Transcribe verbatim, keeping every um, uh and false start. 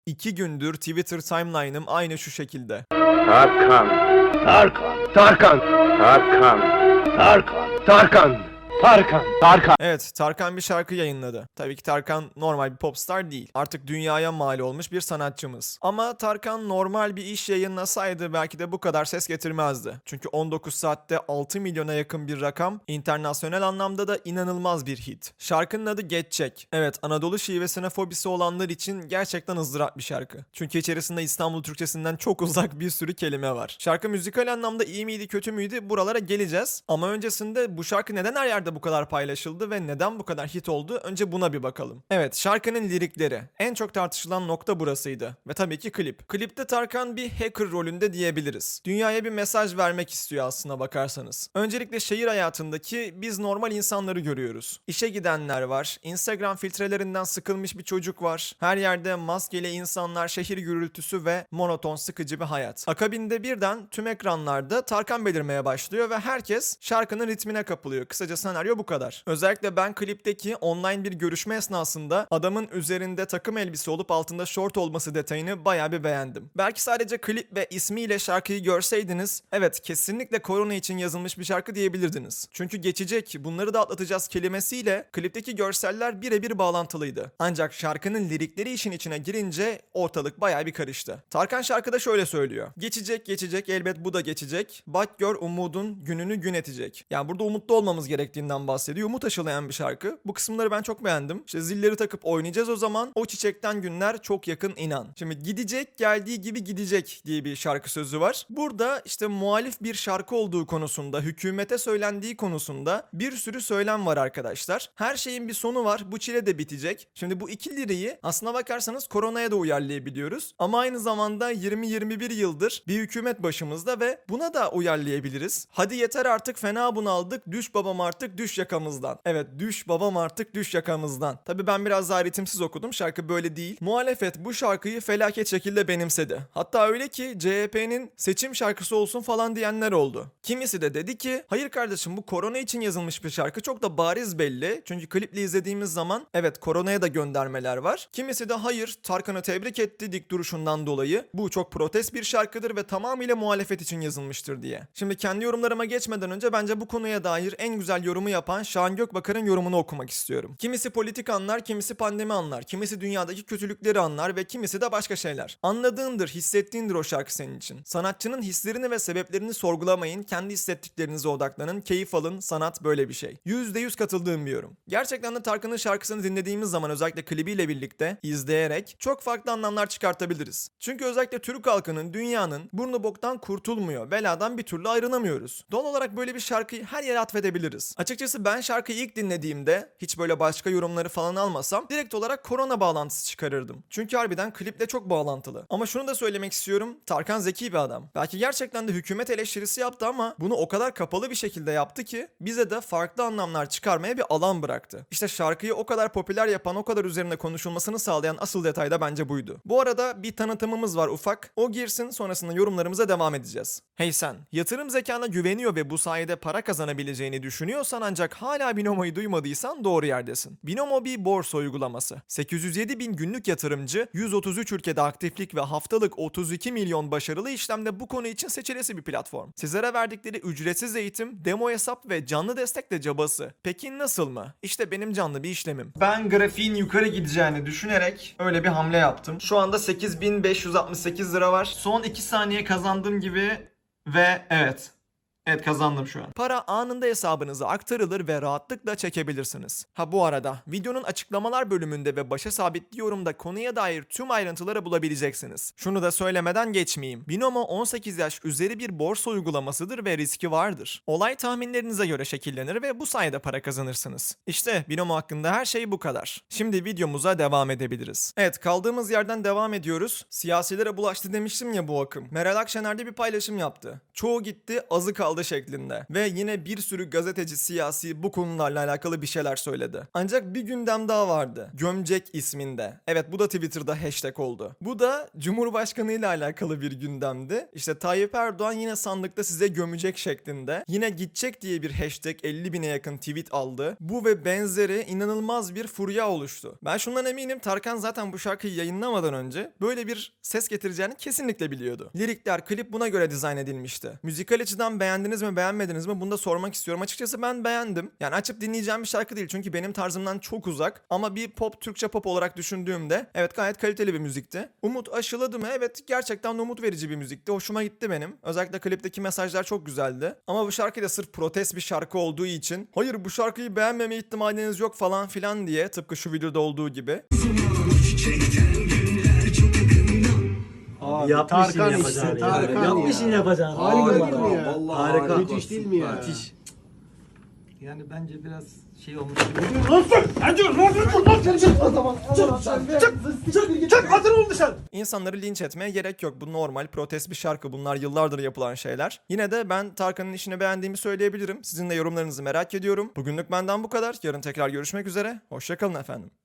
İki gündür Twitter timeline'ım aynı şu şekilde. Tarkan, Tarkan, Tarkan, Tarkan, Tarkan, Tarkan, Tarkan, Tarkan. Evet, Tarkan bir şarkı yayınladı. Tabii ki Tarkan normal bir popstar değil. Artık dünyaya mal olmuş bir sanatçımız. Ama Tarkan normal bir iş yayınlasaydı belki de bu kadar ses getirmezdi. Çünkü on dokuz saatte altı milyona yakın bir rakam, internasyonel anlamda da inanılmaz bir hit. Şarkının adı Geçecek. Evet, Anadolu şivesine fobisi olanlar için gerçekten ızdırap bir şarkı. Çünkü içerisinde İstanbul Türkçesinden çok uzak bir sürü kelime var. Şarkı müzikal anlamda iyi miydi kötü müydü buralara geleceğiz. Ama öncesinde bu şarkı neden her yerde bu kadar paylaşıldı ve neden bu kadar hit oldu? Önce buna bir bakalım. Evet, şarkının lirikleri. En çok tartışılan nokta burasıydı. Ve tabii ki klip. Klipte Tarkan bir hacker rolünde diyebiliriz. Dünyaya bir mesaj vermek istiyor aslına bakarsanız. Öncelikle şehir hayatındaki biz normal insanları görüyoruz. İşe gidenler var, Instagram filtrelerinden sıkılmış bir çocuk var. Her yerde maskeli insanlar, şehir gürültüsü ve monoton sıkıcı bir hayat. Akabinde birden tüm ekranlarda Tarkan belirmeye başlıyor ve herkes şarkının ritmine kapılıyor. Kısaca senaryo bu kadar. Özellikle ben klipteki online bir görüşme esnasında adamın üzerinde takım elbise olup altında şort olması detayını bayağı bir beğendim. Belki sadece klip ve ismiyle şarkıyı görseydiniz, evet kesinlikle korona için yazılmış bir şarkı diyebilirdiniz. Çünkü geçecek, bunları da atlatacağız kelimesiyle klipteki görseller birebir bağlantılıydı. Ancak şarkının lirikleri işin içine girince ortalık bayağı bir karıştı. Tarkan şarkıda şöyle söylüyor. Geçecek geçecek elbet bu da geçecek. Bak gör umudun gününü gün edecek. Yani burada umutlu olmamız gerektiğinden bahsediyor. Umut aşılayan bir şarkı. Bu kısımları ben çok beğendim. İşte zilleri takıp oynayacağız o zaman. O çiçekten günler çok yakın inan. Şimdi gidecek geldiği gibi gidecek diye bir şarkı sözü var. Burada işte muhalif bir şarkı olduğu konusunda, hükümete söylendiği konusunda bir sürü söylem var arkadaşlar. Her şeyin bir sonu var. Bu çile de bitecek. Şimdi bu iki liriyi aslına bakarsanız koronaya da uyarlayabiliyoruz. Ama aynı zamanda yirmi yirmi bir yıldır bir hükümet başımızda ve buna da uyarlayabiliriz. Hadi yeter artık fena bunaldık. Düş babam artık düş yakamızdan. Evet düş babam artık düş yakamızdan. Tabii ben biraz daha ritimsiz okudum. Şarkı böyle değil. Muhalefet bu şarkıyı felaket şekilde benimsedi. Hatta öyle ki C H P'nin seçim şarkısı olsun falan diyenler oldu. Kimisi de dedi ki hayır kardeşim bu korona için yazılmış bir şarkı çok da bariz belli. Çünkü kliple izlediğimiz zaman evet koronaya da göndermeler var. Kimisi de hayır Tarkan'ı tebrik etti dik duruşundan dolayı. Bu çok protest bir şarkıdır ve tamamıyla muhalefet için yazılmıştır diye. Şimdi kendi yorumlarıma geçmeden önce bence bu konuya dair en güzel yorumu yapan Şahan Gökbakar'ın yorumunu okumak istiyorum. Kimisi politik anlar, kimisi pandemi anlar, kimisi dünyadaki kötülükleri anlar ve kimisi de başka şeyler. Anladığındır, hissettiğindir o şarkı senin için. Sanatçının hislerini ve sebeplerini sorgulamayın, kendi hissettiklerinize odaklanın, keyif alın, sanat böyle bir şey. yüzde yüz katıldığım bir yorum. Gerçekten de Tarkan'ın şarkısını dinlediğimiz zaman özellikle klibiyle birlikte izleyerek çok farklı anlamlar çıkartabiliriz. Çünkü özellikle Türk halkının, dünyanın burnu boktan kurtulmuyor, beladan bir türlü ayrılamıyoruz. Doğal olarak böyle bir şarkıyı her yere atfedebiliriz. Açıkçası ben şarkıyı ilk dinlediğimde hiç böyle başka yorumları falan almasam direkt olarak korona bağlantısı çıkarırdım. Çünkü harbiden kliple çok bağlantılı. Ama şunu da söylemek istiyorum. Tarkan zeki bir adam. Belki gerçekten de hükümet eleştirisi yaptı ama bunu o kadar kapalı bir şekilde yaptı ki bize de farklı anlamlar çıkarmaya bir alan bıraktı. İşte şarkıyı o kadar popüler yapan, o kadar üzerine konuşulmasını sağlayan asıl detay da bence buydu. Bu arada bir tanıtımımız var ufak. O girsin sonrasında yorumlarımıza devam edeceğiz. Hey sen, yatırım zekana güveniyor ve bu sayede para kazanabileceğini düşünüyorsan ancak hala Binomo'yu duymadıysan doğru yerdesin. Binomo bir borsa uygulaması. sekiz yüz yedi bin günlük yatırımcı, yüz otuz üç ülkede aktiflik ve haftalık otuz iki milyon başarılı işlemde bu konu için seçilesi bir platform. Sizlere verdikleri ücretsiz eğitim, demo hesap ve canlı destek de cabası. Peki nasıl mı? İşte benim canlı bir işlemim. Ben grafiğin yukarı gideceğini düşünerek öyle bir hamle yaptım. Şu anda sekiz bin beş yüz altmış sekiz lira var. Son iki saniye kazandığım gibi ve evet. Evet kazandım şu an. Para anında hesabınıza aktarılır ve rahatlıkla çekebilirsiniz. Ha bu arada videonun açıklamalar bölümünde ve başa sabitli yorumda konuya dair tüm ayrıntıları bulabileceksiniz. Şunu da söylemeden geçmeyeyim. Binomo on sekiz yaş üzeri bir borsa uygulamasıdır ve riski vardır. Olay tahminlerinize göre şekillenir ve bu sayede para kazanırsınız. İşte Binomo hakkında her şey bu kadar. Şimdi videomuza devam edebiliriz. Evet kaldığımız yerden devam ediyoruz. Siyasilere bulaştı demiştim ya bu akım. Meral Akşener de bir paylaşım yaptı. Çoğu gitti azı kaldı kaldı şeklinde. Ve yine bir sürü gazeteci, siyasi bu konularla alakalı bir şeyler söyledi. Ancak bir gündem daha vardı. Gömcek isminde. Evet, bu da Twitter'da hashtag oldu. Bu da Cumhurbaşkanı ile alakalı bir gündemdi. İşte Tayyip Erdoğan yine sandıkta size gömecek şeklinde. Yine gidecek diye bir hashtag elli bine yakın tweet aldı. Bu ve benzeri inanılmaz bir furya oluştu. Ben şundan eminim, Tarkan zaten bu şarkıyı yayınlamadan önce böyle bir ses getireceğini kesinlikle biliyordu. Lirikler, klip buna göre dizayn edilmişti. Müzikal açıdan beğendiniz mi, beğenmediniz mi? Bunu da sormak istiyorum. Açıkçası ben beğendim. Yani açıp dinleyeceğim bir şarkı değil çünkü benim tarzımdan çok uzak. Ama bir pop, Türkçe pop olarak düşündüğümde evet, gayet kaliteli bir müzikti. Umut aşıladı mı? Evet, gerçekten umut verici bir müzikti. Hoşuma gitti benim. Özellikle klipteki mesajlar çok güzeldi. Ama bu şarkı da sırf protest bir şarkı olduğu için hayır bu şarkıyı beğenmeme ihtimaliniz yok falan filan diye, tıpkı şu videoda olduğu gibi. Abi, Yapmış Tarkan yine işte, yapacağını. Tarkan Yapmış ya. yine yapacağını. Harika Harika değil mi ya? Vallahi harika. Müthiş değil mi ya? Müthiş. Yani bence biraz şey olmuş. İnsanları linç etmeye gerek yok. Bu normal protest bir şarkı. Bunlar yıllardır yapılan şeyler. Yine de ben Tarkan'ın işini beğendiğimi söyleyebilirim. Sizin de yorumlarınızı merak ediyorum. Bugünlük benden bu kadar. Yarın tekrar görüşmek üzere. Hoşça kalın efendim.